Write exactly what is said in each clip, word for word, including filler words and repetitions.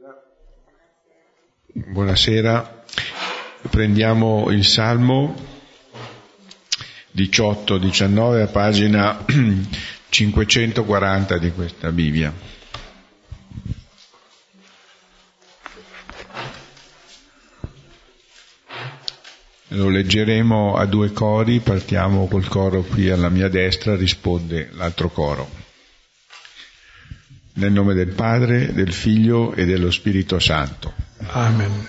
Buonasera, prendiamo il Salmo diciotto diciannove a pagina cinquecentoquaranta di questa Bibbia. Lo leggeremo a due cori, partiamo col coro qui alla mia destra, risponde l'altro coro. Nel nome del Padre, del Figlio e dello Spirito Santo. Amen.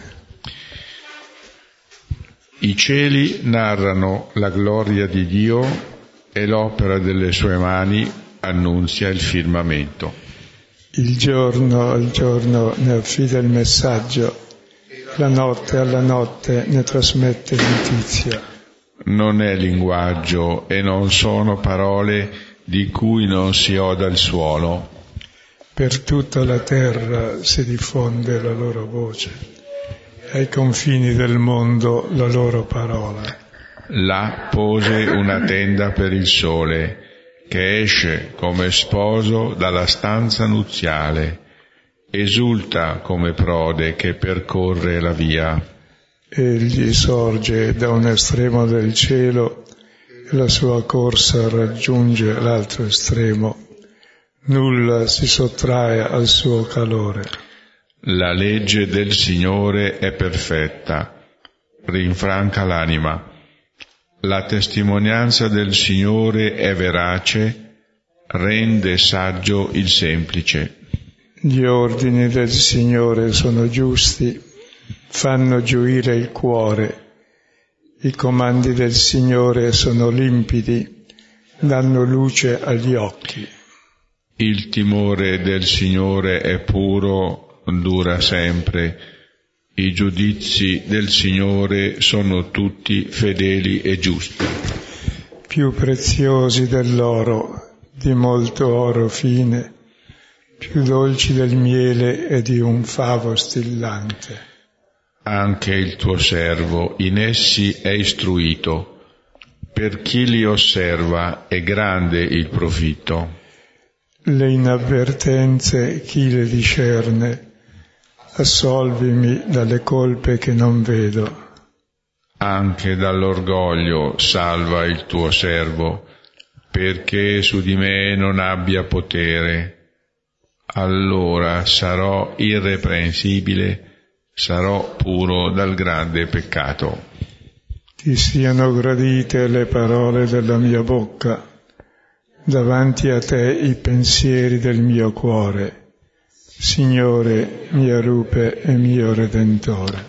I cieli narrano la gloria di Dio e l'opera delle sue mani annunzia il firmamento. Il giorno al giorno ne affida il messaggio, la notte alla notte ne trasmette notizia. Non è linguaggio e non sono parole di cui non si oda il suono. Per tutta la terra si diffonde la loro voce, ai confini del mondo la loro parola. Là pose una tenda per il sole, che esce come sposo dalla stanza nuziale, esulta come prode che percorre la via. Egli sorge da un estremo del cielo e la sua corsa raggiunge l'altro estremo. Nulla si sottrae al suo calore. La legge del Signore è perfetta, rinfranca l'anima. La testimonianza del Signore è verace, rende saggio il semplice. Gli ordini del Signore sono giusti, fanno gioire il cuore. I comandi del Signore sono limpidi, danno luce agli occhi. Il timore del Signore è puro, dura sempre. I giudizi del Signore sono tutti fedeli e giusti. Più preziosi dell'oro, di molto oro fine, più dolci del miele e di un favo stillante. Anche il tuo servo in essi è istruito. Per chi li osserva è grande il profitto. Le inavvertenze chi le discerne, assolvimi dalle colpe che non vedo. Anche dall'orgoglio salva il tuo servo, perché su di me non abbia potere. Allora sarò irreprensibile, sarò puro dal grande peccato. Ti siano gradite le parole della mia bocca, davanti a te i pensieri del mio cuore, Signore, mia rupe e mio Redentore.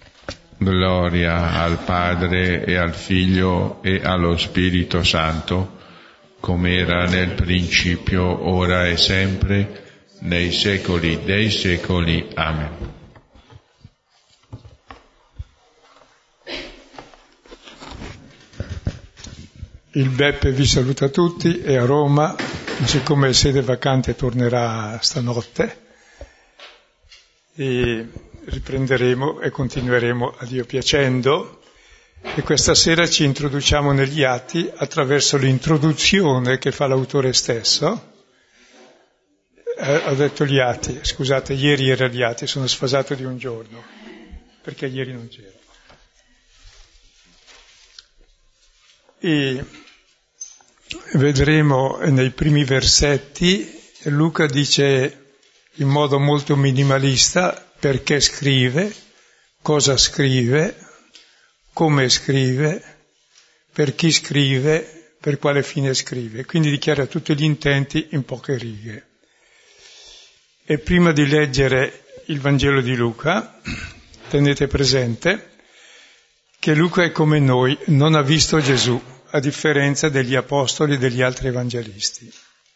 Gloria al Padre e al Figlio e allo Spirito Santo, come era nel principio, ora e sempre, nei secoli dei secoli. Amen. Il Beppe vi saluta tutti, è a Roma, siccome è sede vacante tornerà stanotte e riprenderemo e continueremo a Dio piacendo, e questa sera ci introduciamo negli Atti attraverso l'introduzione che fa l'autore stesso. Eh, ho detto gli Atti, scusate, ieri era gli Atti, sono sfasato di un giorno, perché ieri non c'ero. E vedremo nei primi versetti, Luca dice in modo molto minimalista perché scrive, cosa scrive, come scrive, per chi scrive, per quale fine scrive. Quindi dichiara tutti gli intenti in poche righe. E prima di leggere il Vangelo di Luca, tenete presente che Luca è come noi, non ha visto Gesù, a differenza degli apostoli e degli altri evangelisti.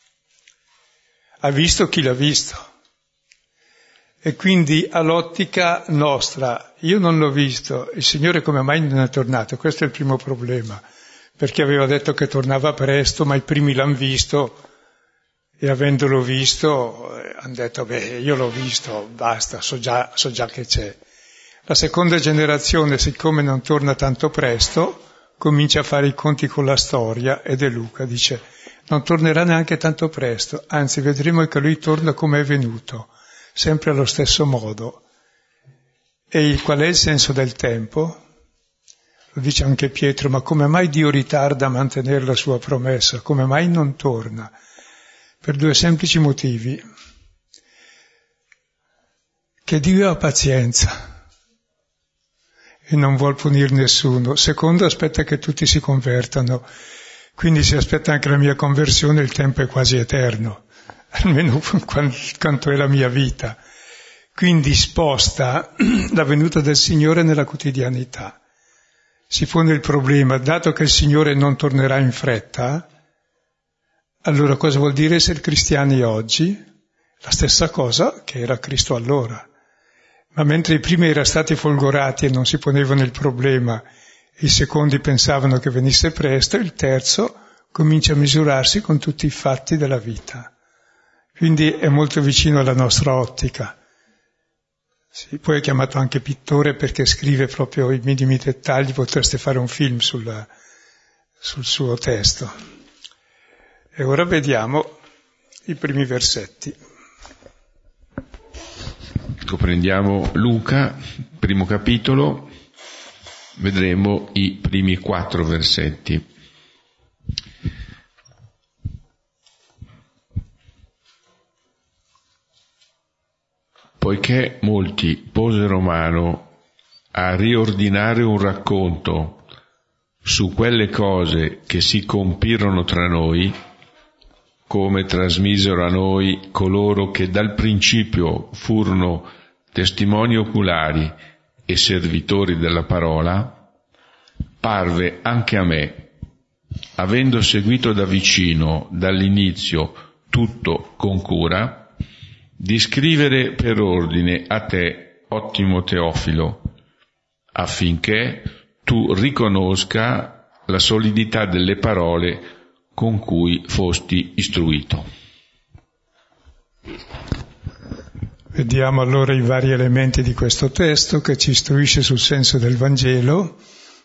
Ha visto chi l'ha visto. E quindi ha l'ottica nostra. Io non l'ho visto, il Signore come mai non è tornato? Questo è il primo problema, perché aveva detto che tornava presto, ma i primi l'hanno visto, e avendolo visto hanno detto, beh, io l'ho visto, basta, so già, so già che c'è. La seconda generazione, siccome non torna tanto presto, comincia a fare i conti con la storia, ed è Luca, dice, non tornerà neanche tanto presto, anzi vedremo che lui torna come è venuto, sempre allo stesso modo. E il, qual è il senso del tempo? Lo dice anche Pietro, ma come mai Dio ritarda a mantenere la sua promessa? Come mai non torna? Per due semplici motivi. Che Dio ha pazienza e non vuol punire nessuno. Secondo, aspetta che tutti si convertano. Quindi se aspetta anche la mia conversione, il tempo è quasi eterno, almeno quanto è la mia vita. Quindi sposta la venuta del Signore nella quotidianità. Si pone il problema, dato che il Signore non tornerà in fretta, allora cosa vuol dire essere cristiani oggi? La stessa cosa che era Cristo allora. Ma mentre i primi erano stati folgorati e non si ponevano il problema, e i secondi pensavano che venisse presto, il terzo comincia a misurarsi con tutti i fatti della vita. Quindi è molto vicino alla nostra ottica. Sì, poi è chiamato anche pittore perché scrive proprio i minimi dettagli, potreste fare un film sulla, sul suo testo. E ora vediamo i primi versetti. Prendiamo Luca, primo capitolo, vedremo i primi quattro versetti. Poiché molti posero mano a riordinare un racconto su quelle cose che si compirono tra noi, come trasmisero a noi coloro che dal principio furono testimoni oculari e servitori della parola, parve anche a me, avendo seguito da vicino dall'inizio tutto con cura, di scrivere per ordine a te, ottimo Teofilo, affinché tu riconosca la solidità delle parole con cui fosti istruito. Vediamo allora i vari elementi di questo testo che ci istruisce sul senso del Vangelo.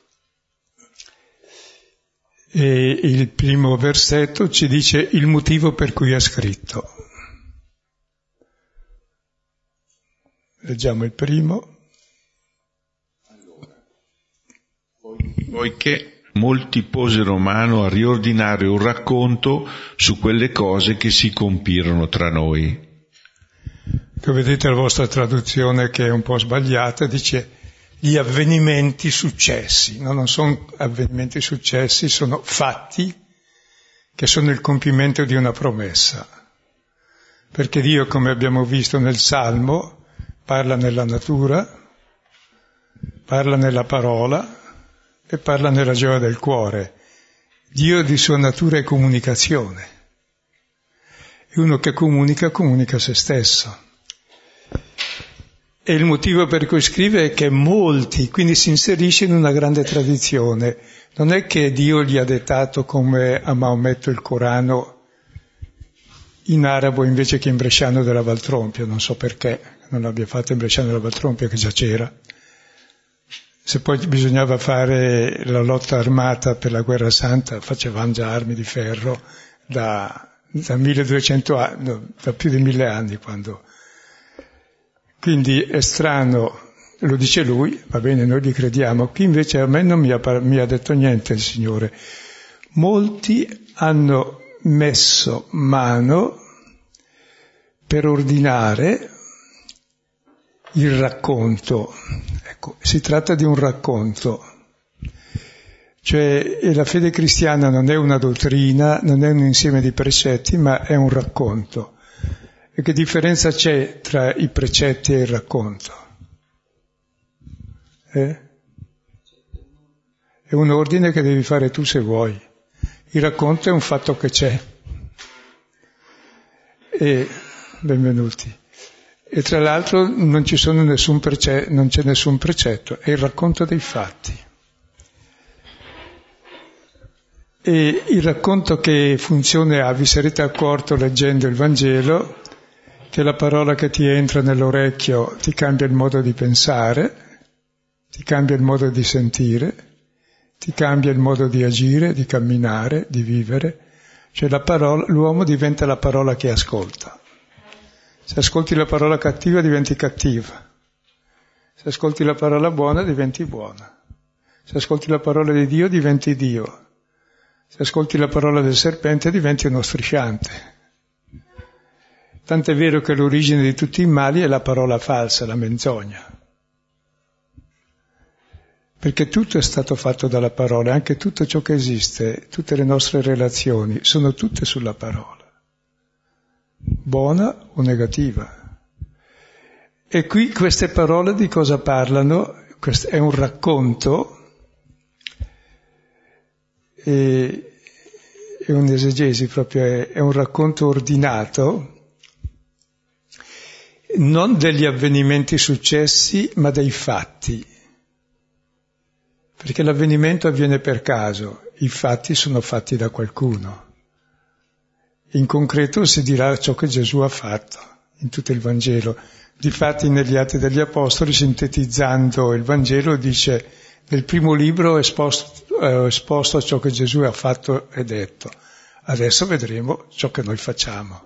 E il primo versetto ci dice il motivo per cui è scritto. Leggiamo il primo. Poiché molti posero mano a riordinare un racconto su quelle cose che si compirono tra noi. Che vedete la vostra traduzione che è un po' sbagliata, dice gli avvenimenti successi. No, non sono avvenimenti successi, sono fatti che sono il compimento di una promessa. Perché Dio, come abbiamo visto nel Salmo, parla nella natura, parla nella parola e parla nella gioia del cuore. Dio di sua natura è comunicazione. E uno che comunica, comunica se stesso. E il motivo per cui scrive è che molti, quindi si inserisce in una grande tradizione. Non è che Dio gli ha dettato come a Maometto il Corano in arabo invece che in bresciano della Valtrompia, non so perché non l'abbia fatto in bresciano della Valtrompia che già c'era. Se poi bisognava fare la lotta armata per la guerra santa, facevano già armi di ferro da, da milleduecento anni, no, da più di mille anni quando. Quindi è strano, lo dice lui, va bene, noi gli crediamo. Qui invece a me non mi ha, mi ha detto niente il Signore. Molti hanno messo mano per ordinare il racconto. Ecco, si tratta di un racconto. Cioè la fede cristiana non è una dottrina, non è un insieme di precetti, ma è un racconto. E che differenza c'è tra i precetti e il racconto? Eh? È un ordine che devi fare tu se vuoi. Il racconto è un fatto che c'è. E benvenuti. E tra l'altro non ci sono nessun prece- non c'è nessun precetto, è il racconto dei fatti. E il racconto che funzione ha, vi sarete accorto leggendo il Vangelo, che la parola che ti entra nell'orecchio ti cambia il modo di pensare, ti cambia il modo di sentire, ti cambia il modo di agire, di camminare, di vivere. Cioè la parola, l'uomo diventa la parola che ascolta. Se ascolti la parola cattiva diventi cattiva. Se ascolti la parola buona diventi buona. Se ascolti la parola di Dio diventi Dio. Se ascolti la parola del serpente diventi uno strisciante. Tant'è vero che l'origine di tutti i mali è la parola falsa, la menzogna. Perché tutto è stato fatto dalla parola, anche tutto ciò che esiste, tutte le nostre relazioni, sono tutte sulla parola, buona o negativa. E qui queste parole di cosa parlano? Questo è un racconto, e, è un'esegesi proprio, è, è un racconto ordinato, non degli avvenimenti successi, ma dei fatti. Perché l'avvenimento avviene per caso, i fatti sono fatti da qualcuno. In concreto si dirà ciò che Gesù ha fatto in tutto il Vangelo. Difatti negli Atti degli Apostoli, sintetizzando il Vangelo, dice nel primo libro ho esposto, eh, esposto ciò che Gesù ha fatto e detto. Adesso vedremo ciò che noi facciamo.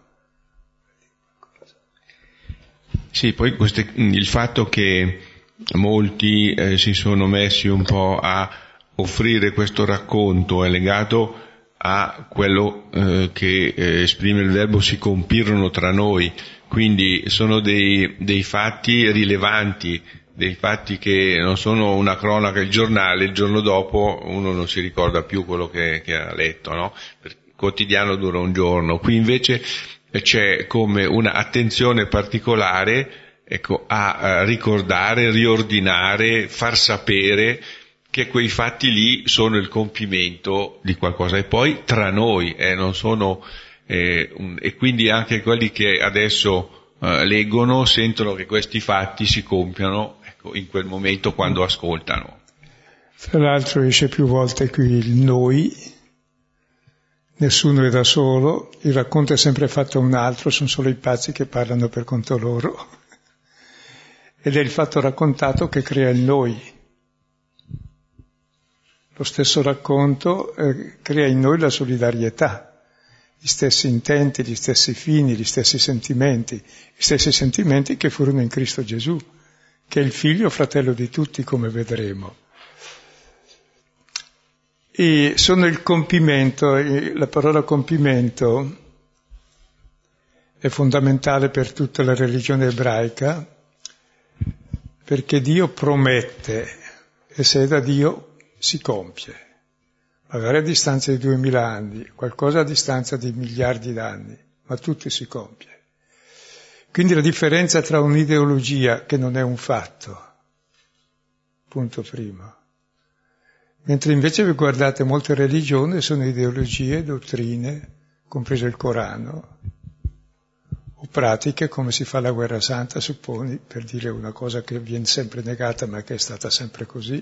Sì, poi queste, il fatto che molti eh, si sono messi un po' a offrire questo racconto è legato a quello eh, che eh, esprime il verbo si compirono tra noi, quindi sono dei, dei fatti rilevanti, dei fatti che non sono una cronaca, il giornale, il giorno dopo uno non si ricorda più quello che, che ha letto, no? Il quotidiano dura un giorno, qui invece c'è come una attenzione particolare, ecco, a ricordare, riordinare, far sapere che quei fatti lì sono il compimento di qualcosa, e poi tra noi, eh, non sono, eh, un, e quindi anche quelli che adesso eh, leggono sentono che questi fatti si compiano, ecco, in quel momento quando ascoltano. Tra l'altro esce più volte qui il noi. Nessuno è da solo, il racconto è sempre fatto a un altro, sono solo i pazzi che parlano per conto loro. Ed è il fatto raccontato che crea il noi. Lo stesso racconto eh, crea in noi la solidarietà, gli stessi intenti, gli stessi fini, gli stessi sentimenti, gli stessi sentimenti che furono in Cristo Gesù, che è il figlio fratello di tutti, come vedremo. E sono il compimento, la parola compimento è fondamentale per tutta la religione ebraica, perché Dio promette, e se è da Dio si compie, magari a distanza di duemila anni, qualcosa a distanza di miliardi d'anni, ma tutto si compie. Quindi la differenza tra un'ideologia, che non è un fatto, punto primo, mentre invece vi guardate molte religioni sono ideologie, dottrine, compreso il Corano, o pratiche come si fa la guerra santa, supponi, per dire una cosa che viene sempre negata ma che è stata sempre così,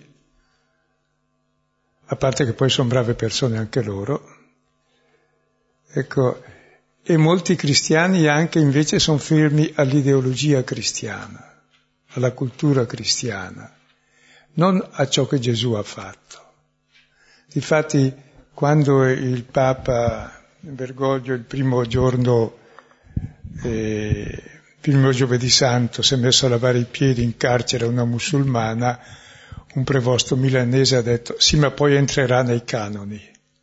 a parte che poi sono brave persone anche loro. Ecco, e molti cristiani anche invece sono fermi all'ideologia cristiana, alla cultura cristiana, non a ciò che Gesù ha fatto. Difatti, quando il Papa Bergoglio il primo giorno, eh, il primo giovedì santo, si è messo a lavare i piedi in carcere a una musulmana, un prevosto milanese ha detto: sì, ma poi entrerà nei canoni.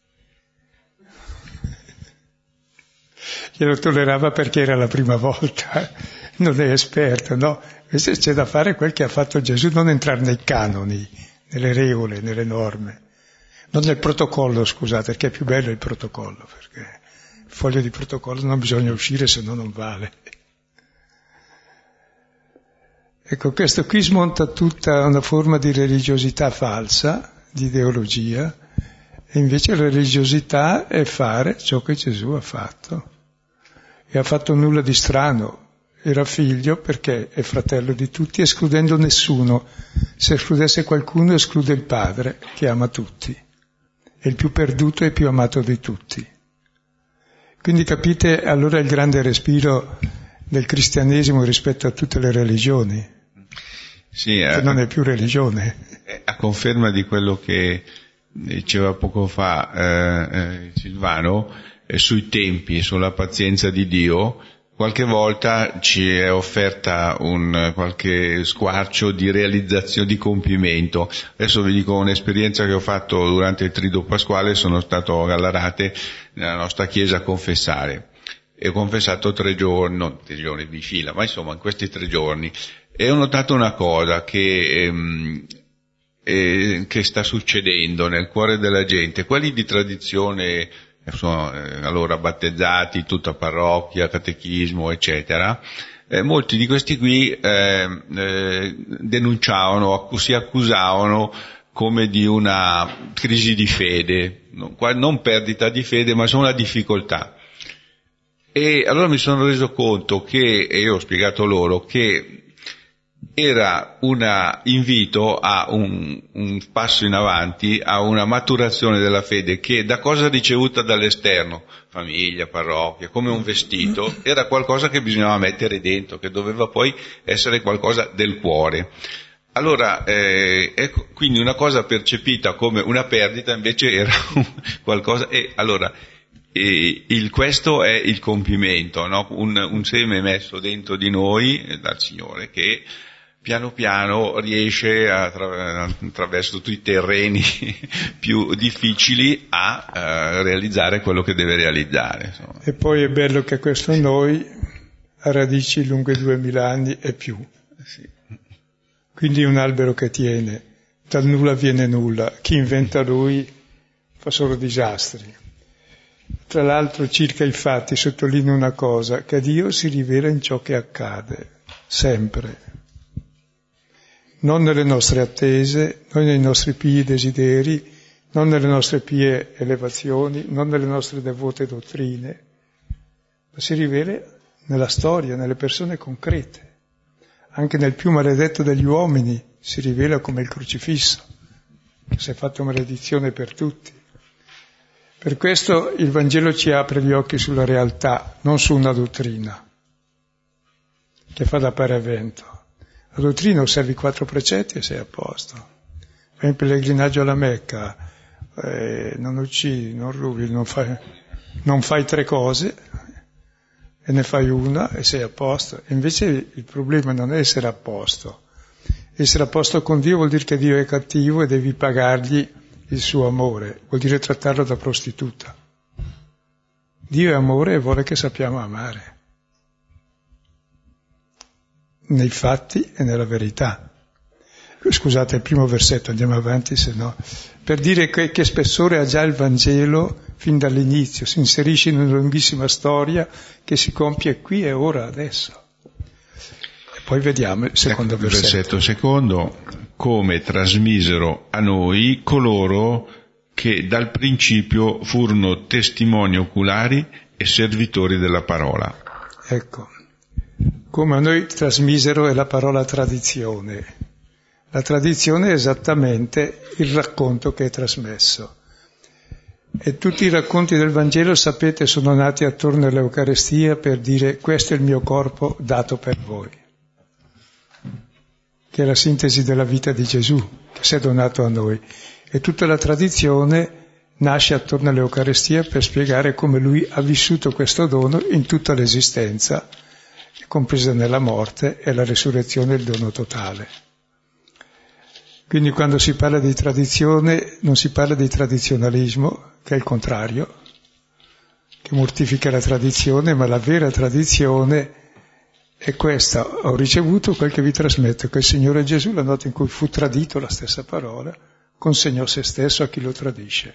Glielo tollerava perché era la prima volta, non è esperto, no? Invece c'è da fare quel che ha fatto Gesù, non entrare nei canoni, nelle regole, nelle norme. Non nel protocollo, scusate, perché è più bello il protocollo, perché il foglio di protocollo non bisogna uscire, se no non vale. Ecco, questo qui smonta tutta una forma di religiosità falsa, di ideologia, e invece la religiosità è fare ciò che Gesù ha fatto. E ha fatto nulla di strano, era figlio perché è fratello di tutti, escludendo nessuno. Se escludesse qualcuno esclude il padre, che ama tutti. È il più perduto e il più amato di tutti. Quindi capite allora il grande respiro del cristianesimo rispetto a tutte le religioni, sì, che a, non è più religione. A conferma di quello che diceva poco fa eh, eh, Silvano, eh, sui tempi, sulla pazienza di Dio, qualche volta ci è offerta un qualche squarcio di realizzazione, di compimento. Adesso vi dico un'esperienza che ho fatto durante il Triduo Pasquale. Sono stato a Gallarate nella nostra chiesa a confessare e ho confessato tre giorni, non tre giorni di fila, ma insomma in questi tre giorni, e ho notato una cosa che ehm, eh, che sta succedendo nel cuore della gente. Quelli di tradizione sono eh, allora battezzati, tutta parrocchia, catechismo, eccetera, eh, molti di questi qui eh, eh, denunciavano, si accusavano come di una crisi di fede, non, non perdita di fede, ma solo una difficoltà. E allora mi sono reso conto che, e io ho spiegato loro, che era un invito a un, un passo in avanti, a una maturazione della fede che, da cosa ricevuta dall'esterno, famiglia, parrocchia, come un vestito, era qualcosa che bisognava mettere dentro, che doveva poi essere qualcosa del cuore. Allora, eh, ecco, quindi una cosa percepita come una perdita invece era qualcosa, e allora e il, questo è il compimento, no? un, un seme messo dentro di noi eh, dal Signore, che piano piano riesce attra- attraverso tutti i terreni più difficili a uh, realizzare quello che deve realizzare. Insomma. E poi è bello che questo noi ha radici lunghe duemila anni e più. Sì. Quindi è un albero che tiene, dal nulla viene nulla, chi inventa lui fa solo disastri. Tra l'altro, circa i fatti, sottolineo una cosa, che Dio si rivela in ciò che accade, sempre. Non nelle nostre attese, non nei nostri pii desideri, non nelle nostre pie elevazioni, non nelle nostre devote dottrine, ma si rivela nella storia, nelle persone concrete. Anche nel più maledetto degli uomini si rivela come il crocifisso, che si è fatto maledizione per tutti. Per questo il Vangelo ci apre gli occhi sulla realtà, non su una dottrina che fa da paravento. La dottrina osservi quattro precetti e sei a posto. Fai un pellegrinaggio alla Mecca, eh, non uccidi, non rubi, non fai, non fai tre cose e ne fai una e sei a posto. E invece il problema non è essere a posto. Essere a posto con Dio vuol dire che Dio è cattivo e devi pagargli il suo amore, vuol dire trattarlo da prostituta. Dio è amore e vuole che sappiamo amare, nei fatti e nella verità. Scusate, il primo versetto, andiamo avanti, se no. Per dire che, che spessore ha già il Vangelo fin dall'inizio, si inserisce in una lunghissima storia che si compie qui e ora, adesso. E poi vediamo il secondo ecco, versetto. Versetto secondo. Come trasmisero a noi coloro che dal principio furono testimoni oculari e servitori della parola. Ecco, come a noi trasmisero è la parola tradizione. La tradizione è esattamente il racconto che è trasmesso. E tutti i racconti del Vangelo, sapete, sono nati attorno all'Eucarestia per dire questo è il mio corpo dato per voi, che è la sintesi della vita di Gesù, che si è donato a noi. E tutta la tradizione nasce attorno all'Eucarestia per spiegare come lui ha vissuto questo dono in tutta l'esistenza, compresa nella morte e la resurrezione, il dono totale. Quindi quando si parla di tradizione non si parla di tradizionalismo, che è il contrario, che mortifica la tradizione, ma la vera tradizione è questa: ho ricevuto quel che vi trasmetto, che il Signore Gesù, la notte in cui fu tradito, la stessa parola, consegnò se stesso a chi lo tradisce.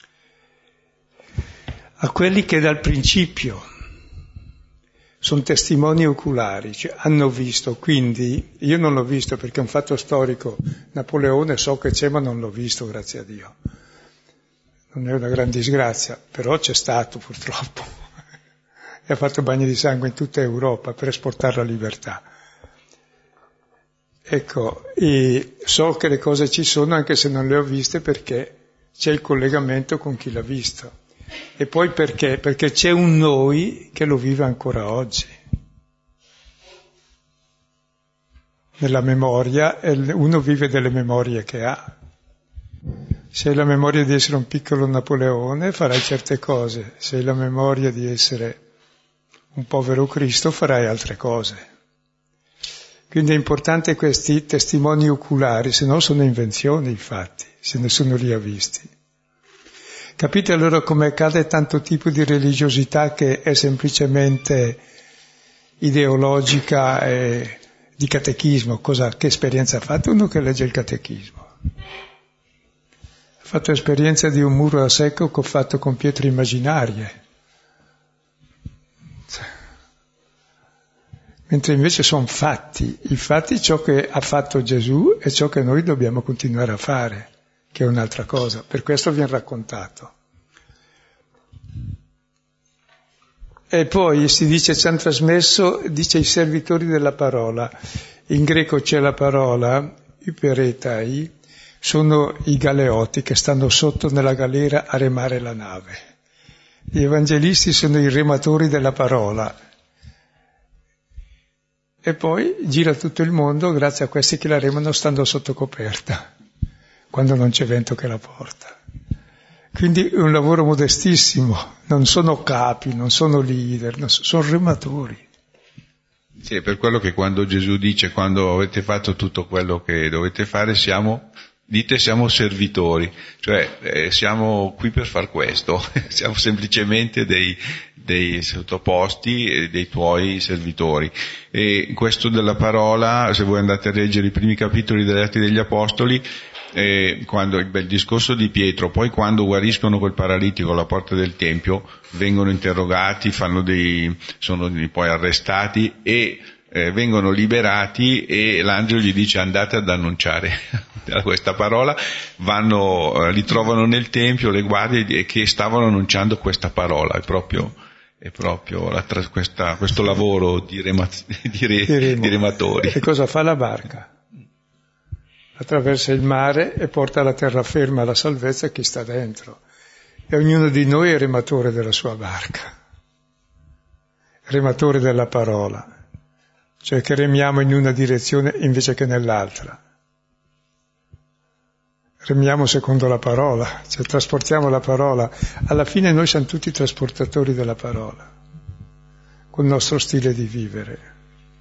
A quelli che dal principio sono testimoni oculari, cioè hanno visto, quindi io non l'ho visto perché è un fatto storico, Napoleone so che c'è ma non l'ho visto, grazie a Dio. Non è una gran disgrazia, però c'è stato purtroppo. E ha fatto bagni di sangue in tutta Europa per esportare la libertà. Ecco, e so che le cose ci sono anche se non le ho viste perché c'è il collegamento con chi l'ha visto. E poi perché? Perché c'è un noi che lo vive ancora oggi. Nella memoria, uno vive delle memorie che ha. Se hai la memoria di essere un piccolo Napoleone, farai certe cose. Se hai la memoria di essere un povero Cristo, farai altre cose. Quindi è importante questi testimoni oculari, se no sono invenzioni i fatti, se nessuno li ha visti. Capite allora come accade tanto tipo di religiosità che è semplicemente ideologica e di catechismo? Cosa, che esperienza ha fatto uno che legge il catechismo? Ha fatto esperienza di un muro a secco che ho fatto con pietre immaginarie. Mentre invece sono fatti, i fatti ciò che ha fatto Gesù e ciò che noi dobbiamo continuare a fare, che è un'altra cosa, per questo viene raccontato. E poi si dice, ci hanno trasmesso, dice i servitori della parola. In greco c'è la parola, iperetai, sono i galeotti che stanno sotto nella galera a remare la nave. Gli evangelisti sono i rematori della parola. E poi gira tutto il mondo grazie a questi che la remano stando sotto coperta, quando non c'è vento che la porta. Quindi è un lavoro modestissimo, non sono capi, non sono leader, non so, sono rematori. Sì, è per quello che quando Gesù dice, quando avete fatto tutto quello che dovete fare, siamo, dite siamo servitori, cioè eh, siamo qui per far questo, siamo semplicemente dei, dei sottoposti, dei tuoi servitori. E questo della parola, se voi andate a leggere i primi capitoli degli Atti degli Apostoli, eh, quando il bel discorso di Pietro, poi quando guariscono quel paralitico alla porta del Tempio, vengono interrogati, fanno dei, sono poi arrestati e eh, vengono liberati e l'angelo gli dice andate ad annunciare questa parola, vanno, li trovano nel Tempio le guardie che stavano annunciando questa parola, è proprio, è proprio la, questa, questo lavoro di, rema, di, re, di rematori. E cosa fa la barca? Attraversa il mare e porta alla terraferma la salvezza a chi sta dentro. E ognuno di noi è rematore della sua barca, rematore della parola, cioè che remiamo in una direzione invece che nell'altra. Remiamo secondo la parola, cioè trasportiamo la parola. Alla fine noi siamo tutti trasportatori della parola, col nostro stile di vivere.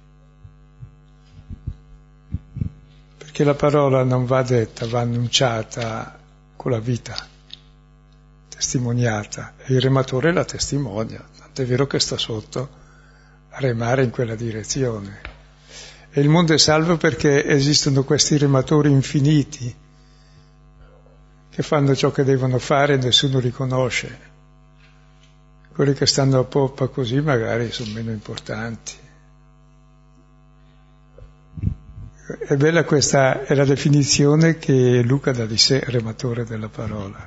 Perché la parola non va detta, va annunciata con la vita, testimoniata, e il rematore la testimonia, tant'è vero che sta sotto a remare in quella direzione. E il mondo è salvo perché esistono questi rematori infiniti che fanno ciò che devono fare e nessuno li conosce. Quelli che stanno a poppa così magari sono meno importanti. È bella questa, è la definizione che Luca dà di sé, rematore della parola.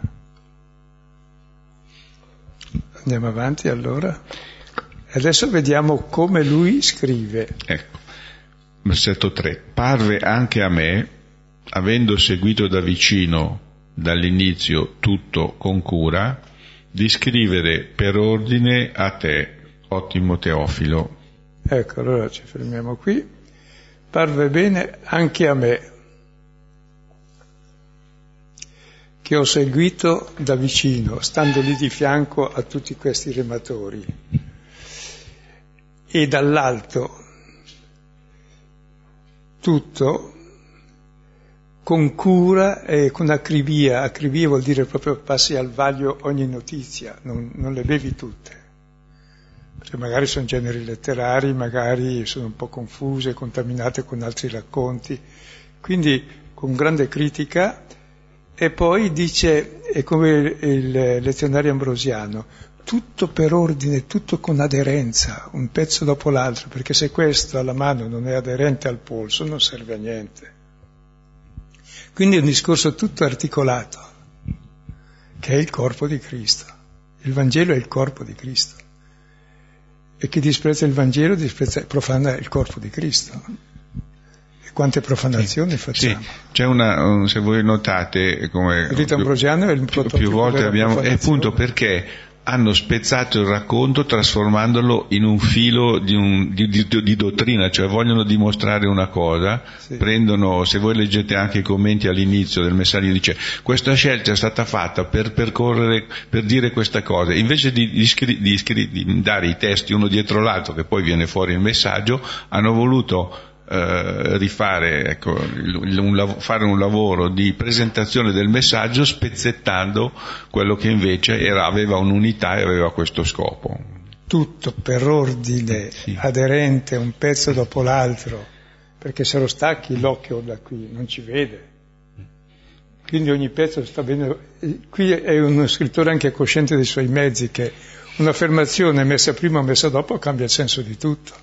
Andiamo avanti allora. Adesso vediamo come lui scrive. Ecco, versetto tre. Parve anche a me, avendo seguito da vicino dall'inizio tutto con cura, di scrivere per ordine a te, ottimo Teofilo. Ecco, allora ci fermiamo qui. Parve bene anche a me, che ho seguito da vicino, stando lì di fianco a tutti questi rematori, e dall'alto tutto con cura e con acribia. Acribia vuol dire proprio passi al vaglio ogni notizia, non, non le bevi tutte. Perché magari sono generi letterari, magari sono un po' confuse, contaminate con altri racconti. Quindi con grande critica. E poi dice, è come il lezionario ambrosiano, tutto per ordine, tutto con aderenza, un pezzo dopo l'altro, perché se questo alla mano non è aderente al polso non serve a niente. Quindi è un discorso tutto articolato, che è il corpo di Cristo. Il Vangelo è il corpo di Cristo. E chi disprezza il Vangelo disprezza, profana il corpo di Cristo. E quante profanazioni sì, facciamo? Sì, c'è una, un, se voi notate, come il rito ambrosiano è il più, più volte abbiamo, è appunto perché hanno spezzato il racconto trasformandolo in un filo di, un, di, di, di dottrina, cioè vogliono dimostrare una cosa, sì. Prendono, se voi leggete anche i commenti all'inizio del messaggio, dice questa scelta è stata fatta per percorrere, per dire questa cosa, invece di, di, scri, di, scri, di dare i testi uno dietro l'altro che poi viene fuori il messaggio, hanno voluto Uh, rifare, ecco, un, un, fare un lavoro di presentazione del messaggio spezzettando quello che invece era, aveva un'unità e aveva questo scopo. Tutto per ordine, sì. Aderente, un pezzo dopo l'altro, perché se lo stacchi l'occhio da qui non ci vede. Quindi ogni pezzo sta bene. Qui è uno scrittore anche cosciente dei suoi mezzi, che un'affermazione messa prima o messa dopo cambia il senso di tutto.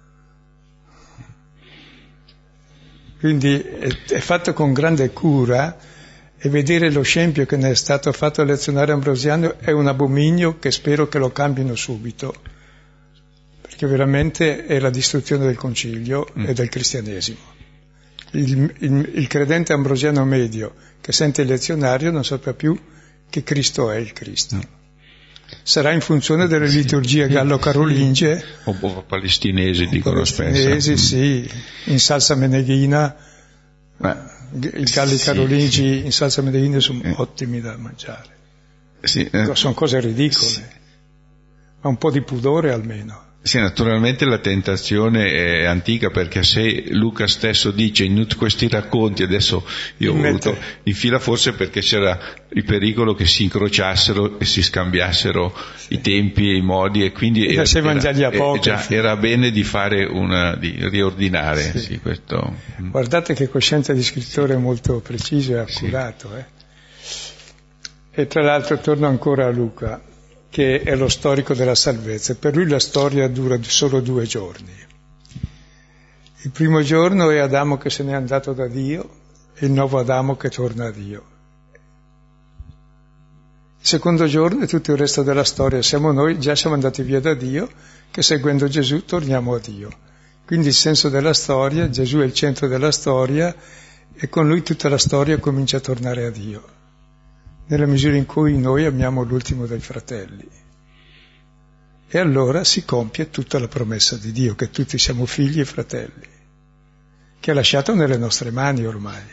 Quindi è, è fatto con grande cura, e vedere lo scempio che ne è stato fatto all'azionario ambrosiano è un abominio che spero che lo cambino subito, perché veramente è la distruzione del concilio mm. e del cristianesimo. Il, il, il credente ambrosiano medio che sente il lezionario non saprà più che Cristo è il Cristo. Mm. Sarà in funzione delle liturgie gallo-carolingie o, o palestinesi, dicono spesso. Palestinesi, sì, in salsa meneghina. Ma, I galli sì, carolingi sì. In salsa meneghina sono eh. ottimi da mangiare. Sì, eh. Sono cose ridicole, sì. Ma un po' di pudore almeno. Sì, naturalmente la tentazione è antica, perché se Luca stesso dice in tutti questi racconti, adesso io ho voluto in fila forse perché c'era il pericolo che si incrociassero e si scambiassero sì. i tempi e i modi, e quindi e era, era, era, già, era bene di fare una, di riordinare sì. Sì, questo. Guardate che coscienza di scrittore molto preciso e accurato. Sì. Eh. E tra l'altro torno ancora a Luca, che è lo storico della salvezza. Per lui la storia dura solo due giorni. Il primo giorno è Adamo che se n'è andato da Dio e il nuovo Adamo che torna a Dio. Il secondo giorno è tutto il resto della storia. Siamo noi, già siamo andati via da Dio, che seguendo Gesù torniamo a Dio. Quindi il senso della storia, Gesù è il centro della storia e con lui tutta la storia comincia a tornare a Dio, nella misura in cui noi amiamo l'ultimo dei fratelli. E allora si compie tutta la promessa di Dio, che tutti siamo figli e fratelli, che ha lasciato nelle nostre mani ormai.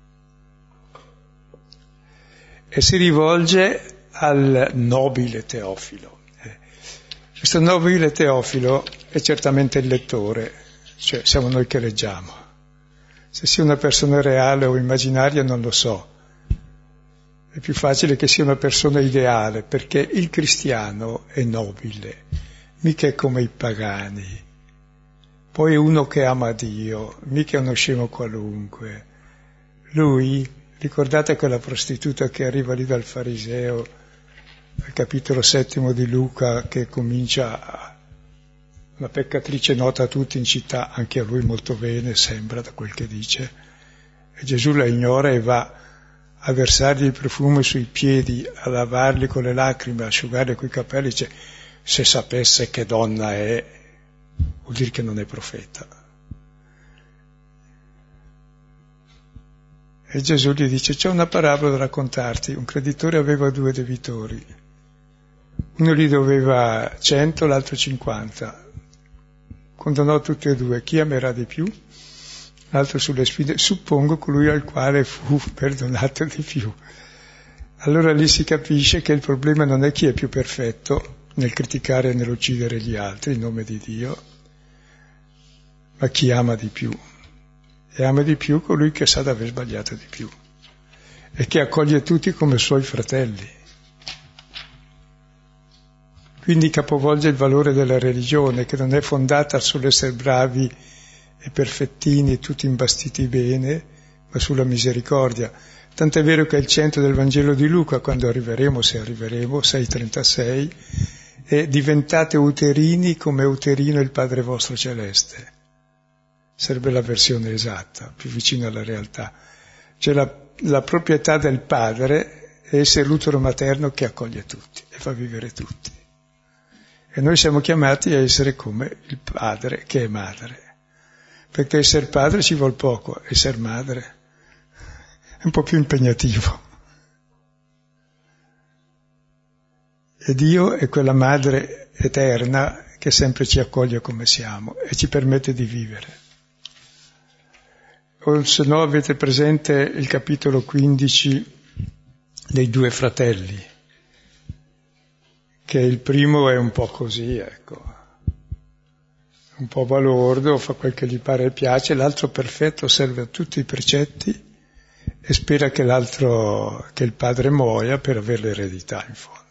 E si rivolge al nobile Teofilo. Questo nobile Teofilo è certamente il lettore, cioè siamo noi che leggiamo. Se sia una persona reale o immaginaria non lo so. È più facile che sia una persona ideale, perché il cristiano è nobile, mica è come i pagani. Poi è uno che ama Dio, mica è uno scemo qualunque. Lui, ricordate quella prostituta che arriva lì dal fariseo, al capitolo settimo di Luca, che comincia, una peccatrice nota a tutti in città, anche a lui molto bene, sembra da quel che dice, e Gesù la ignora e va a versargli il profumo sui piedi, a lavarli con le lacrime, a asciugarli coi capelli, dice, se sapesse che donna è, vuol dire che non è profeta. E Gesù gli dice, c'è una parabola da raccontarti, un creditore aveva due debitori, uno gli doveva cento, l'altro cinquanta, condonò tutti e due, chi amerà di più? L'altro sulle spine, suppongo colui al quale fu perdonato di più. Allora lì si capisce che il problema non è chi è più perfetto nel criticare e nell'uccidere gli altri in nome di Dio, ma chi ama di più. E ama di più colui che sa di aver sbagliato di più e che accoglie tutti come suoi fratelli. Quindi capovolge il valore della religione, che non è fondata sull'essere bravi e perfettini, tutti imbastiti bene, ma sulla misericordia. Tant'è vero che è il centro del Vangelo di Luca, quando arriveremo, se arriveremo, sei trentasei, è diventate uterini come uterino il Padre vostro celeste. Sarebbe la versione esatta, più vicina alla realtà. Cioè la, la proprietà del Padre è essere l'utero materno che accoglie tutti e fa vivere tutti. E noi siamo chiamati a essere come il Padre che è madre. Perché essere padre ci vuol poco, essere madre è un po' più impegnativo. E Dio è quella madre eterna che sempre ci accoglie come siamo e ci permette di vivere. O se no avete presente il capitolo quindici dei due fratelli, che il primo è un po' così, ecco, un po' balordo, fa quel che gli pare e piace, l'altro perfetto serve a tutti i precetti e spera che l'altro, che il padre muoia per avere l'eredità in fondo.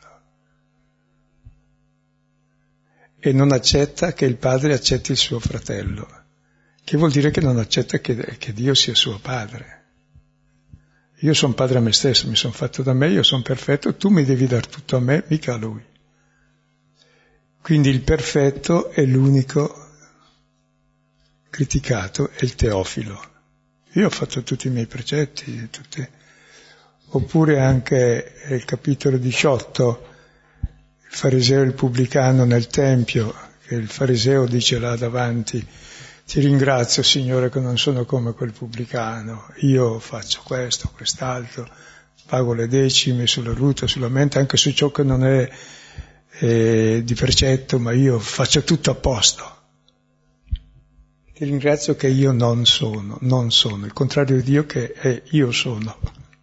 E non accetta che il padre accetti il suo fratello, che vuol dire che non accetta che, che Dio sia suo padre. Io sono padre a me stesso, mi sono fatto da me, io sono perfetto, tu mi devi dar tutto a me, mica a lui. Quindi il perfetto è l'unico criticato, è il teofilo. Io ho fatto tutti i miei precetti, tutti. Oppure anche il capitolo diciotto, il fariseo e il pubblicano nel Tempio, che il fariseo dice là davanti: ti ringrazio Signore che non sono come quel pubblicano, io faccio questo, quest'altro, pago le decime sulla ruta, sulla mente, anche su ciò che non è eh, di precetto, ma io faccio tutto a posto. Ti ringrazio che io non sono, non sono, il contrario di Dio che è io sono.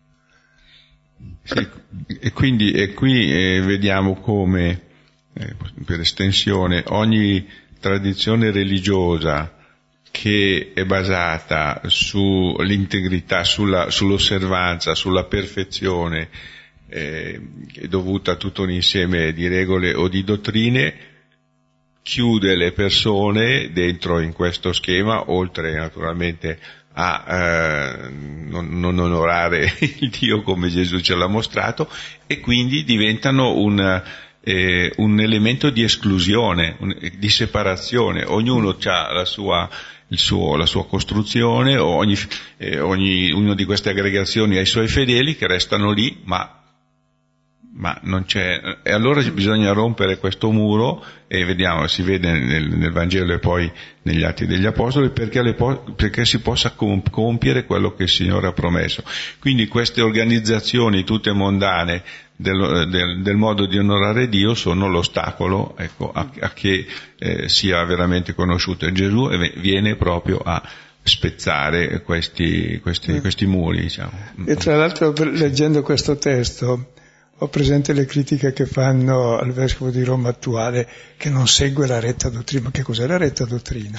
Sì, e quindi e qui eh, vediamo come, eh, per estensione, ogni tradizione religiosa che è basata sull'integrità, sulla, sull'osservanza, sulla perfezione, eh, è dovuta a tutto un insieme di regole o di dottrine, chiude le persone dentro in questo schema, oltre naturalmente a eh, non, non onorare il Dio come Gesù ce l'ha mostrato, e quindi diventano un, eh, un elemento di esclusione, un, di separazione. Ognuno ha la sua, il suo, la sua costruzione, ogni, eh, ogni, una di queste aggregazioni ha i suoi fedeli che restano lì, ma ma non c'è, e allora bisogna rompere questo muro, e vediamo, si vede nel, nel Vangelo e poi negli Atti degli Apostoli, perché, le, perché si possa compiere quello che il Signore ha promesso. Quindi queste organizzazioni tutte mondane del, del, del modo di onorare Dio sono l'ostacolo, ecco, a, a che eh, sia veramente conosciuto. E Gesù viene proprio a spezzare questi, questi, questi muri, diciamo. E tra l'altro, leggendo questo testo, ho presente le critiche che fanno al vescovo di Roma attuale, che non segue la retta dottrina. Ma che cos'è la retta dottrina?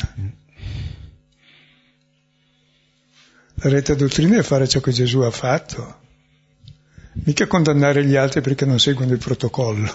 La retta dottrina è fare ciò che Gesù ha fatto, mica condannare gli altri perché non seguono il protocollo,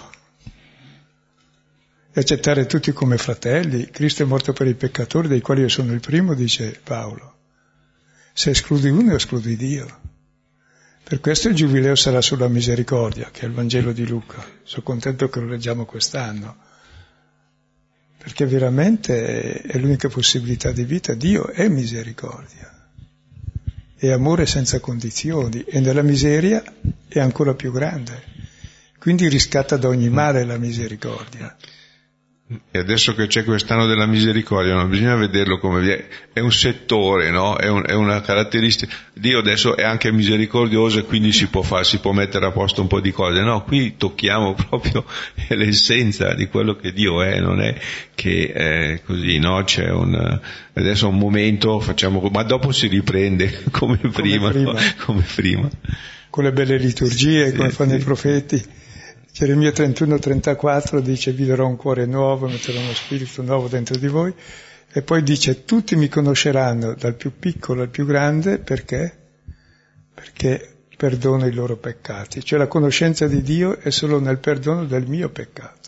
e accettare tutti come fratelli. Cristo è morto per i peccatori, dei quali io sono il primo, dice Paolo. Se escludi uno, escludi Dio. Per questo il giubileo sarà sulla misericordia, che è il Vangelo di Luca. Sono contento che lo leggiamo quest'anno, perché veramente è l'unica possibilità di vita. Dio è misericordia, è amore senza condizioni, e nella miseria è ancora più grande. Quindi riscatta da ogni male la misericordia. E adesso che c'è quest'anno della misericordia, non bisogna vederlo come è un settore, no? È, un, è una caratteristica. Dio adesso è anche misericordioso e quindi si può fare, si può mettere a posto un po' di cose. No, qui tocchiamo proprio l'essenza di quello che Dio è, non è che è così, no? C'è un adesso un momento, facciamo, ma dopo si riprende come prima, come prima, no? Come prima. Con le belle liturgie, sì, come sì, fanno sì. i profeti. Geremia trentuno trentaquattro dice: vi darò un cuore nuovo, metterò uno spirito nuovo dentro di voi. E poi dice: tutti mi conosceranno, dal più piccolo al più grande, perché? Perché perdono i loro peccati. Cioè la conoscenza di Dio è solo nel perdono del mio peccato.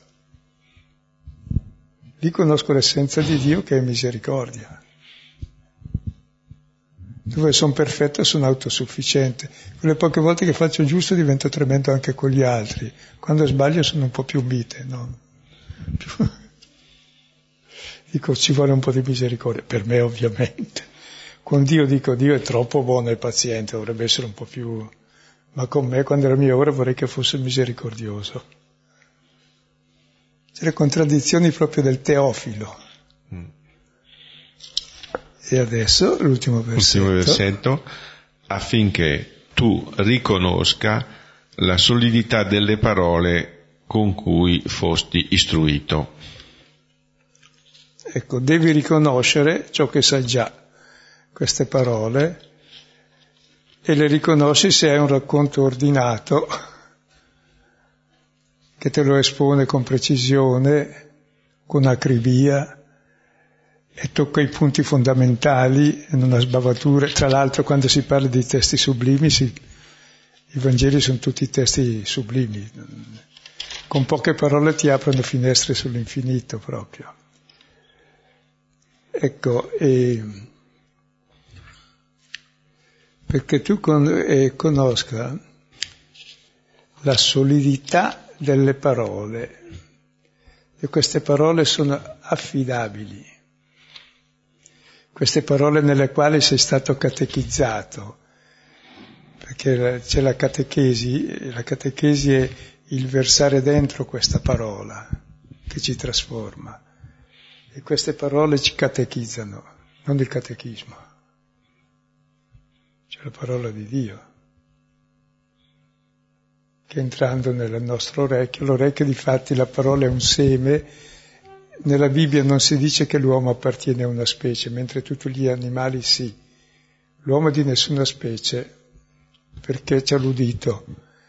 Lì conosco l'essenza di Dio, che è misericordia. Dove sono perfetto sono autosufficiente. Quelle poche volte che faccio il giusto divento tremendo anche con gli altri. Quando sbaglio sono un po' più mite, no? Dico, ci vuole un po' di misericordia, per me ovviamente. Con Dio dico, Dio è troppo buono e paziente, dovrebbe essere un po' più... Ma con me, quando è la mia ora, vorrei che fosse misericordioso. C'è le contraddizioni proprio del teofilo. Mm. E adesso l'ultimo versetto. L'ultimo versetto, affinché tu riconosca la solidità delle parole con cui fosti istruito. Ecco, devi riconoscere ciò che sai già, queste parole, e le riconosci se hai un racconto ordinato che te lo espone con precisione, con acribia, e tocca i punti fondamentali e non ha sbavature. Tra l'altro, quando si parla di testi sublimi, si, i Vangeli sono tutti testi sublimi. Con poche parole ti aprono finestre sull'infinito proprio. Ecco, e perché tu con, eh, conosca la solidità delle parole, e queste parole sono affidabili, queste parole nelle quali sei stato catechizzato, perché c'è la catechesi, la catechesi è il versare dentro questa parola che ci trasforma, e queste parole ci catechizzano, non il catechismo, c'è la parola di Dio che entrando nel nostro orecchio, l'orecchio difatti la parola è un seme. Nella Bibbia non si dice che l'uomo appartiene a una specie, mentre tutti gli animali sì. L'uomo di nessuna specie, perché c'è l'udito.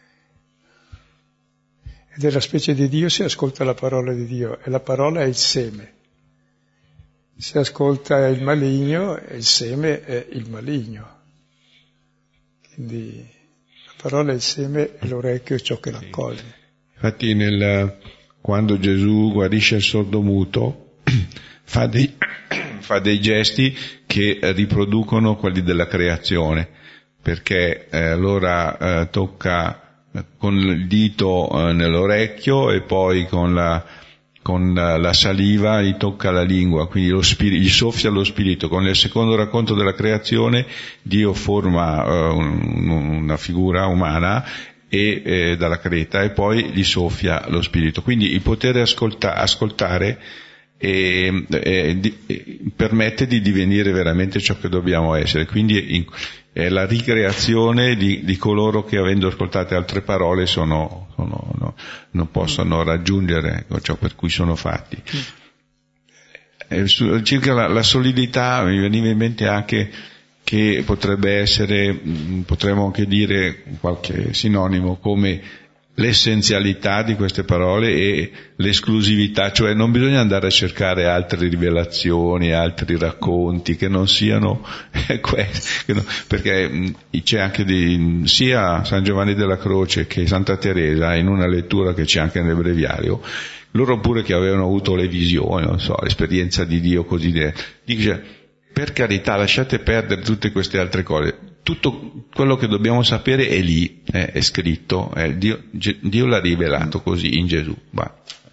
E della specie di Dio si ascolta la parola di Dio, e la parola è il seme. Si ascolta il maligno, e il seme è il maligno. Quindi la parola è il seme e l'orecchio è ciò che l'accoglie. Infatti nel... quando Gesù guarisce il sordomuto, fa dei, fa dei gesti che riproducono quelli della creazione, perché eh, allora eh, tocca con il dito eh, nell'orecchio e poi con la, con la saliva gli tocca la lingua, quindi lo spirito, gli soffia lo spirito. Con il secondo racconto della creazione Dio forma eh, un, una figura umana e eh, dalla creta, e poi gli soffia lo spirito. Quindi il poter ascolta, ascoltare e, e, di, e permette di divenire veramente ciò che dobbiamo essere. Quindi in, è la ricreazione di, di coloro che, avendo ascoltate altre parole, sono, sono, no, non possono raggiungere ciò per cui sono fatti. E su, circa la, la solidità mi veniva in mente anche che potrebbe essere, potremmo anche dire qualche sinonimo, come l'essenzialità di queste parole e l'esclusività, cioè non bisogna andare a cercare altre rivelazioni, altri racconti che non siano questi, perché c'è anche di, sia San Giovanni della Croce che Santa Teresa, in una lettura che c'è anche nel breviario, loro pure che avevano avuto le visioni, non so, l'esperienza di Dio così, dice: per carità, lasciate perdere tutte queste altre cose. Tutto quello che dobbiamo sapere è lì, è, è scritto, è Dio, Dio l'ha rivelato così in Gesù. Va.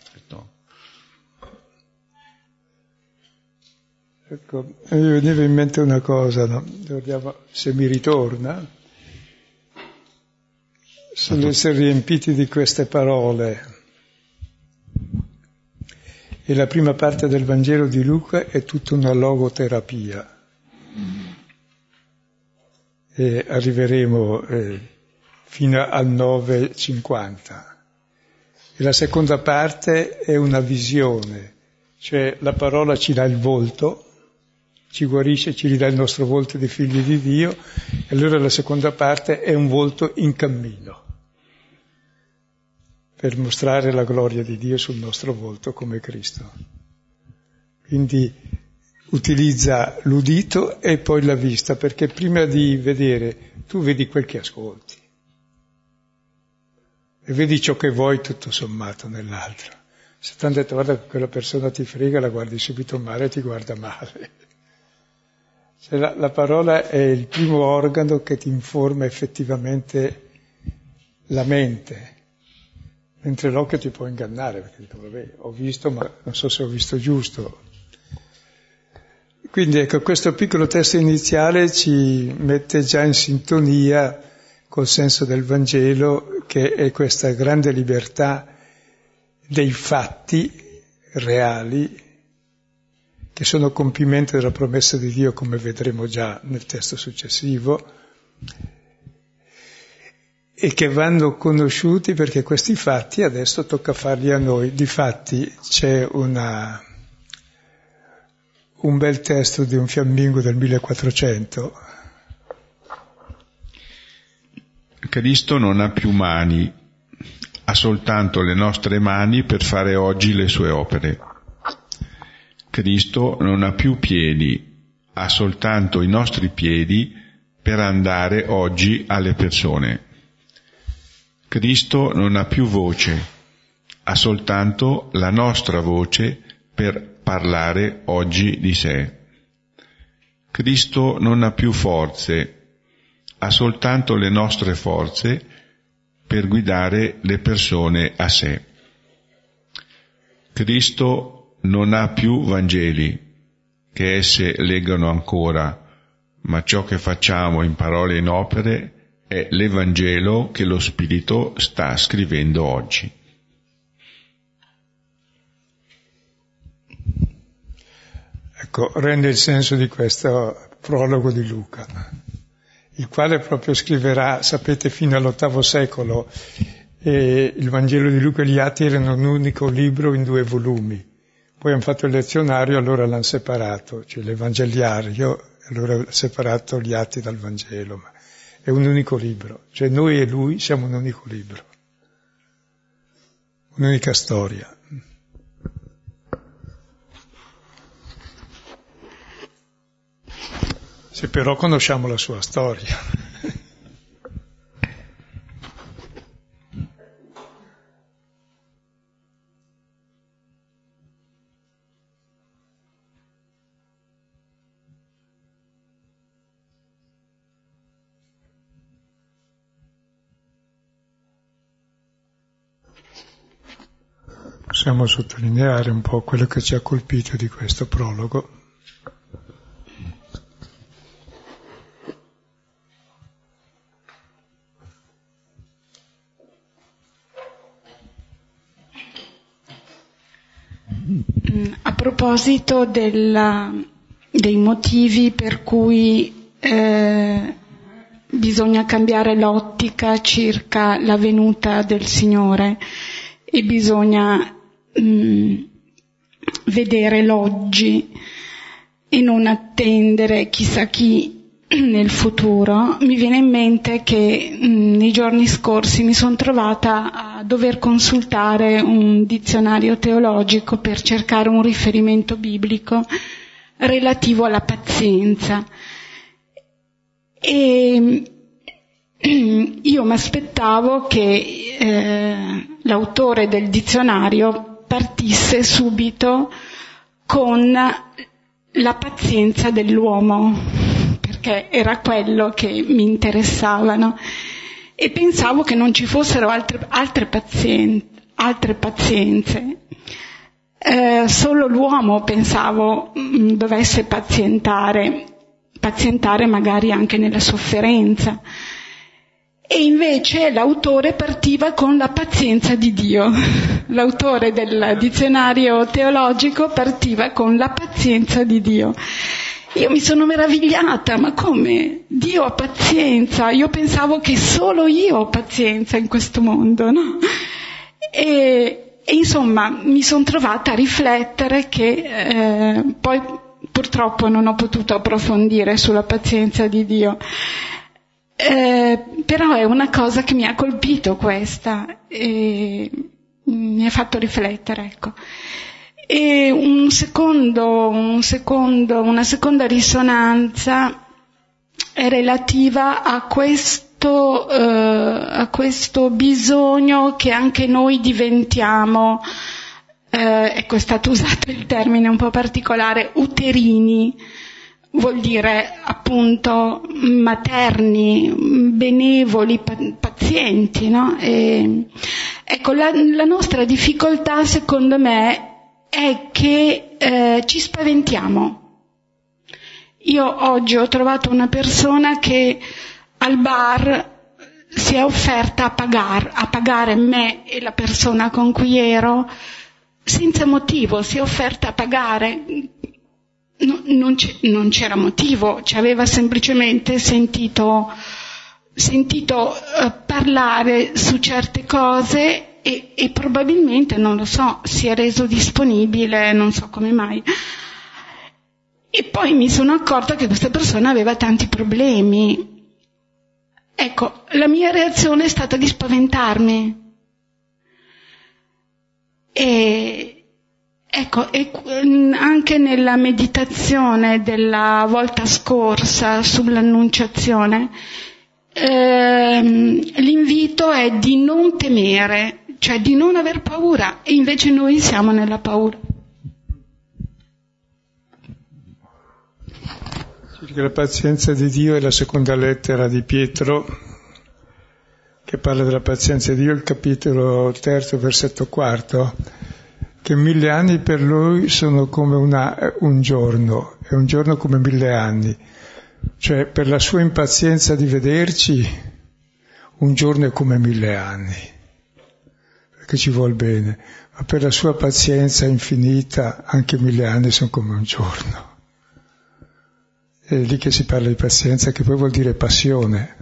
Ecco, mi veniva in mente una cosa, no? Guardiamo, se mi ritorna, sull'essere riempiti di queste parole. E la prima parte del Vangelo di Luca è tutta una logoterapia. E arriveremo eh, fino al nove e cinquanta. E la seconda parte è una visione, cioè la parola ci dà il volto, ci guarisce, ci ridà il nostro volto di figli di Dio, e allora la seconda parte è un volto in cammino, per mostrare la gloria di Dio sul nostro volto come Cristo. Quindi utilizza l'udito e poi la vista, perché prima di vedere tu vedi quel che ascolti e vedi ciò che vuoi tutto sommato nell'altro. Se ti hanno detto guarda che quella persona ti frega, la guardi subito male e ti guarda male. Cioè, la, la parola è il primo organo che ti informa effettivamente la mente, mentre l'occhio ti può ingannare, perché dico, vabbè, ho visto, ma non so se ho visto giusto. Quindi ecco, questo piccolo testo iniziale ci mette già in sintonia col senso del Vangelo, che è questa grande libertà dei fatti reali, che sono compimento della promessa di Dio, come vedremo già nel testo successivo, e che vanno conosciuti, perché questi fatti adesso tocca farli a noi. Difatti c'è una, un bel testo di un fiammingo del millequattrocento. Cristo non ha più mani, ha soltanto le nostre mani per fare oggi le sue opere. Cristo non ha più piedi, ha soltanto i nostri piedi per andare oggi alle persone. Cristo non ha più voce, ha soltanto la nostra voce per parlare oggi di sé. Cristo non ha più forze, ha soltanto le nostre forze per guidare le persone a sé. Cristo non ha più Vangeli, che esse leggano ancora, ma ciò che facciamo in parole e in opere è l'Evangelo che lo Spirito sta scrivendo oggi. Ecco, rende il senso di questo prologo di Luca, il quale proprio scriverà, sapete, fino all'ottavo secolo, e il Vangelo di Luca e gli Atti erano un unico libro in due volumi. Poi hanno fatto il lezionario, allora l'hanno separato, cioè l'Evangeliario, allora ha separato gli Atti dal Vangelo, ma è un unico libro, cioè noi e lui siamo un unico libro, un'unica storia. Se però conosciamo la sua storia. Possiamo sottolineare un po' quello che ci ha colpito di questo prologo. A proposito della, dei motivi per cui eh, bisogna cambiare l'ottica circa la venuta del Signore e bisogna mh, vedere l'oggi e non attendere chissà chi nel futuro, mi viene in mente che mh, nei giorni scorsi mi sono trovata a dover consultare un dizionario teologico per cercare un riferimento biblico relativo alla pazienza. E io mi aspettavo che eh, l'autore del dizionario partisse subito con la pazienza dell'uomo, perché era quello che mi interessava, no? E pensavo che non ci fossero altre, altre, pazienze, altre pazienze. Eh, solo l'uomo, pensavo, mh, dovesse pazientare, pazientare magari anche nella sofferenza. E invece l'autore partiva con la pazienza di Dio. L'autore del dizionario teologico partiva con la pazienza di Dio. Io mi sono meravigliata, ma come? Dio ha pazienza? Io pensavo che solo io ho pazienza in questo mondo, no? E, e insomma mi sono trovata a riflettere che eh, poi purtroppo non ho potuto approfondire sulla pazienza di Dio. Eh, però è una cosa che mi ha colpito questa e mi ha fatto riflettere, ecco. E un secondo, un secondo, una seconda risonanza è relativa a questo, eh, a questo bisogno che anche noi diventiamo, eh, ecco, è stato usato il termine un po' particolare, uterini. Vuol dire appunto materni, benevoli, pazienti, no? E, ecco, la, la nostra difficoltà, secondo me, è che eh, ci spaventiamo. Io oggi ho trovato una persona che al bar si è offerta a pagare, a pagare me e la persona con cui ero senza motivo, si è offerta a pagare. No, non, non c'era motivo, ci aveva semplicemente sentito sentito eh, parlare su certe cose e, e probabilmente, non lo so, si è reso disponibile, non so come mai. E poi mi sono accorta che questa persona aveva tanti problemi. Ecco, la mia reazione è stata di spaventarmi. E ecco, e anche nella meditazione della volta scorsa sull'Annunciazione, ehm, l'invito è di non temere, cioè di non aver paura, e invece noi siamo nella paura. La pazienza di Dio è la seconda lettera di Pietro, che parla della pazienza di Dio, il capitolo terzo, versetto quarto, che mille anni per lui sono come una, un giorno, e un giorno come mille anni. Cioè, per la sua impazienza di vederci, un giorno è come mille anni, perché ci vuol bene, ma per la sua pazienza infinita anche mille anni sono come un giorno. È lì che si parla di pazienza, che poi vuol dire passione.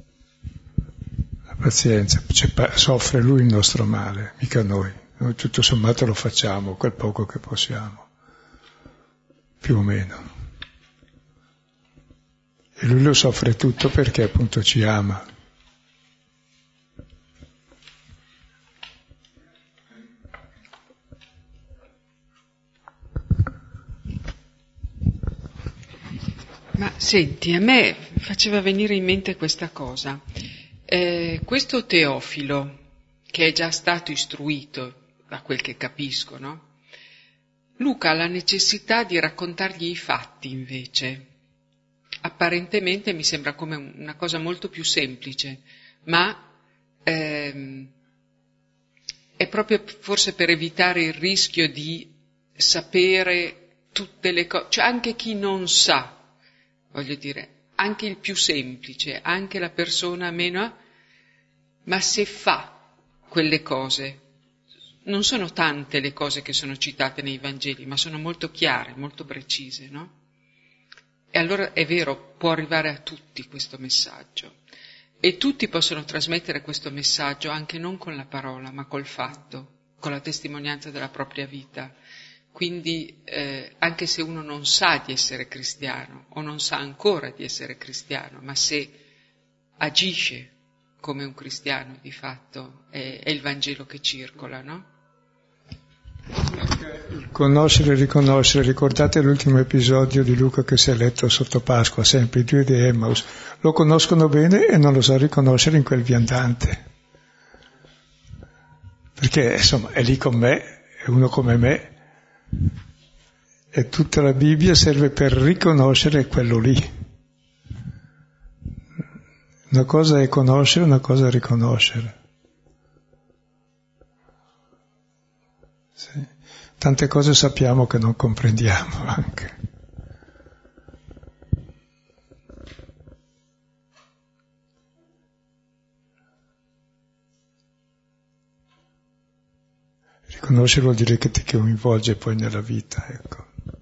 La pazienza, cioè, soffre lui il nostro male, mica noi. Noi tutto sommato lo facciamo, quel poco che possiamo, più o meno. E lui lo soffre tutto perché appunto ci ama. Ma senti, a me faceva venire in mente questa cosa. Eh, questo Teofilo, che è già stato istruito, da quel che capisco, no? Luca ha la necessità di raccontargli i fatti, invece. Apparentemente mi sembra come una cosa molto più semplice, ma ehm, è proprio forse per evitare il rischio di sapere tutte le cose, cioè anche chi non sa, voglio dire, anche il più semplice, anche la persona meno, ma se fa quelle cose, non sono tante le cose che sono citate nei Vangeli, ma sono molto chiare, molto precise, no? E allora è vero, può arrivare a tutti questo messaggio. E tutti possono trasmettere questo messaggio anche non con la parola, ma col fatto, con la testimonianza della propria vita. Quindi eh, anche se uno non sa di essere cristiano, o non sa ancora di essere cristiano, ma se agisce come un cristiano di fatto, è, è il Vangelo che circola, no? Il conoscere e riconoscere, ricordate l'ultimo episodio di Luca che si è letto sotto Pasqua, sempre i due di Emmaus, lo conoscono bene e non lo sa riconoscere in quel viandante, perché insomma è lì con me, è uno come me, e tutta la Bibbia serve per riconoscere quello lì. Una cosa è conoscere, una cosa è riconoscere. Sì. Tante cose sappiamo che non comprendiamo anche. Riconoscere vuol dire che ti coinvolge poi nella vita, ecco.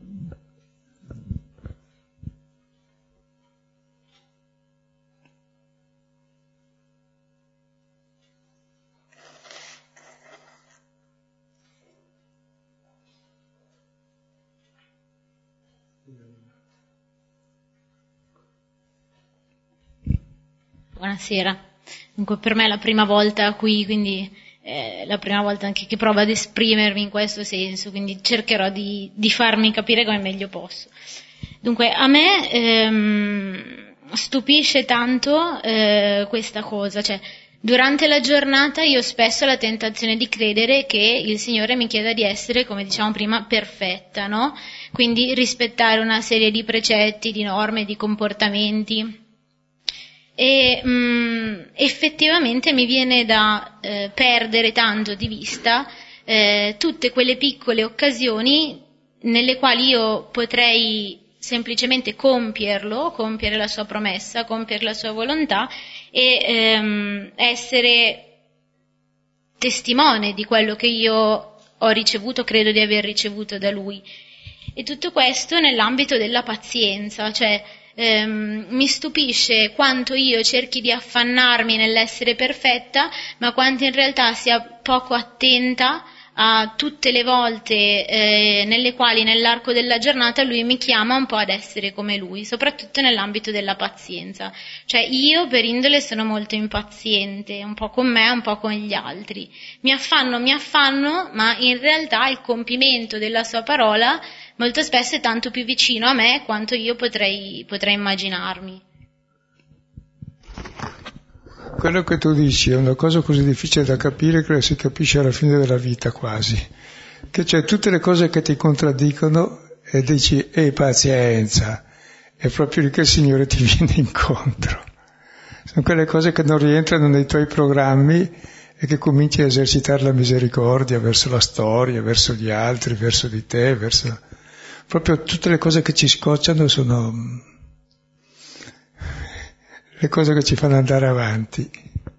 Buonasera. Dunque per me è la prima volta qui, quindi è la prima volta anche che provo ad esprimermi in questo senso, quindi cercherò di, di farmi capire come meglio posso. Dunque a me ehm, stupisce tanto eh, questa cosa, cioè durante la giornata io spesso ho la tentazione di credere che il Signore mi chieda di essere, come diciamo prima, perfetta, no? Quindi rispettare una serie di precetti, di norme, di comportamenti. E mh, effettivamente mi viene da eh, perdere tanto di vista eh, tutte quelle piccole occasioni nelle quali io potrei semplicemente compierlo, compiere la sua promessa, compiere la sua volontà e ehm, essere testimone di quello che io ho ricevuto, credo di aver ricevuto da Lui. E tutto questo nell'ambito della pazienza, cioè ehm, mi stupisce quanto io cerchi di affannarmi nell'essere perfetta, ma quanto in realtà sia poco attenta a tutte le volte eh, nelle quali nell'arco della giornata lui mi chiama un po' ad essere come lui, soprattutto nell'ambito della pazienza. Cioè io per indole sono molto impaziente, un po' con me, un po' con gli altri. Mi affanno, mi affanno, ma in realtà il compimento della sua parola molto spesso è tanto più vicino a me quanto io potrei, potrei immaginarmi. Quello che tu dici è una cosa così difficile da capire che si capisce alla fine della vita quasi, che c'è tutte le cose che ti contraddicono e dici e pazienza, è proprio lì che il Signore ti viene incontro. Sono quelle cose che non rientrano nei tuoi programmi e che cominci a esercitare la misericordia verso la storia, verso gli altri, verso di te, verso... proprio tutte le cose che ci scocciano sono le cose che ci fanno andare avanti.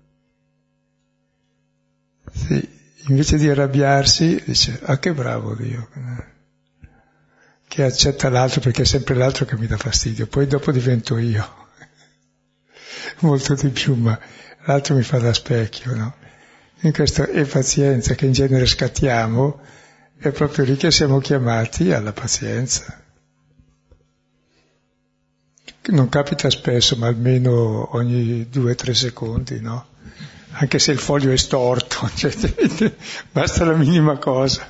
Sì, invece di arrabbiarsi dice, ah che bravo Dio, che accetta l'altro perché è sempre l'altro che mi dà fastidio, poi dopo divento io, molto di più, ma l'altro mi fa da specchio, no? In questo è pazienza che in genere scattiamo, è proprio lì che siamo chiamati alla pazienza. Non capita spesso, ma almeno ogni due o tre secondi, no? Anche se il foglio è storto, cioè, basta la minima cosa.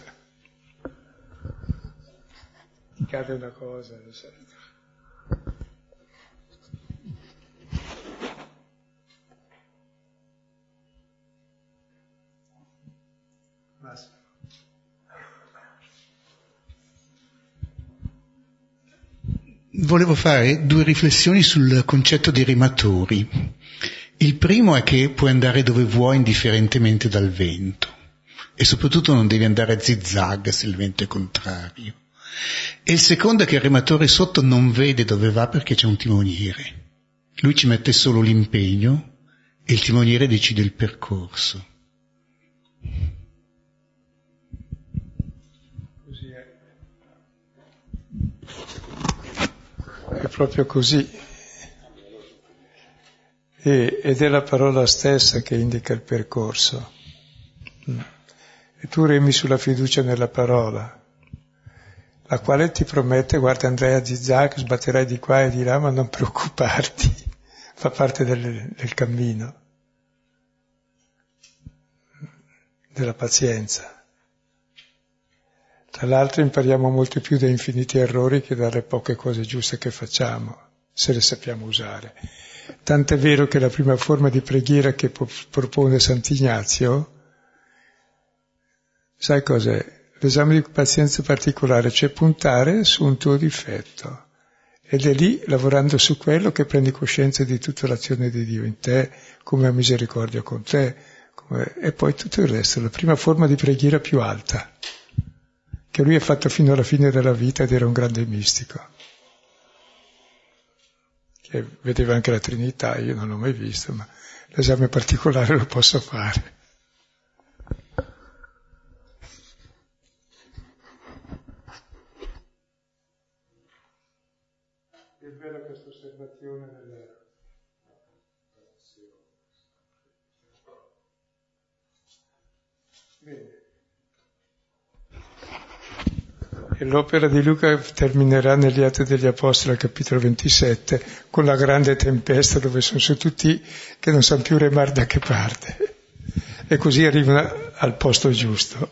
Ti cade una cosa, lo sai. Basta. Volevo fare due riflessioni sul concetto dei rematori. Il primo è che puoi andare dove vuoi indifferentemente dal vento e soprattutto non devi andare a zigzag se il vento è contrario. E il secondo è che il rematore sotto non vede dove va perché c'è un timoniere. Lui ci mette solo l'impegno e il timoniere decide il percorso. È proprio così, e, ed è la parola stessa che indica il percorso. E tu remi sulla fiducia nella parola, la quale ti promette, guarda andrai a zigzag, sbatterai di qua e di là, ma non preoccuparti, fa parte del, del cammino, della pazienza. Tra l'altro impariamo molto più dai infiniti errori che dalle poche cose giuste che facciamo, se le sappiamo usare. Tant'è vero che la prima forma di preghiera che propone Sant'Ignazio, sai cos'è? L'esame di pazienza particolare, cioè puntare su un tuo difetto. Ed è lì, lavorando su quello, che prendi coscienza di tutta l'azione di Dio in te, come ha misericordia con te, come... e poi tutto il resto, la prima forma di preghiera più alta, che lui ha fatto fino alla fine della vita ed era un grande mistico, che vedeva anche la Trinità, io non l'ho mai visto, ma l'esame particolare lo posso fare. È bella questa osservazione del... Bene. E l'opera di Luca terminerà negli Atti degli Apostoli al capitolo ventisette con la grande tempesta dove sono su tutti che non sanno più remare da che parte e così arrivano al posto giusto.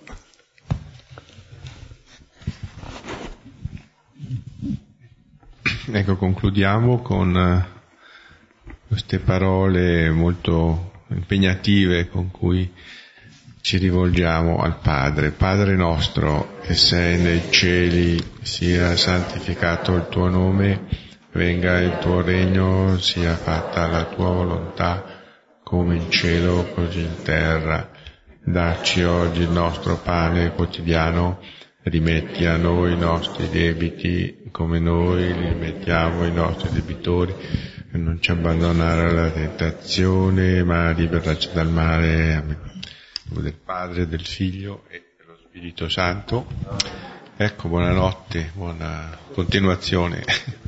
Ecco, concludiamo con queste parole molto impegnative con cui ci rivolgiamo al Padre. Padre nostro che sei nei cieli, sia santificato il tuo nome, venga il tuo regno, sia fatta la tua volontà, come in cielo così in terra. Dacci oggi il nostro pane quotidiano, rimetti a noi i nostri debiti come noi li rimettiamo ai nostri debitori, e non ci abbandonare alla tentazione, ma liberaci dal male. Amen. Del Padre, del Figlio e dello Spirito Santo. Ecco, buonanotte, buona continuazione.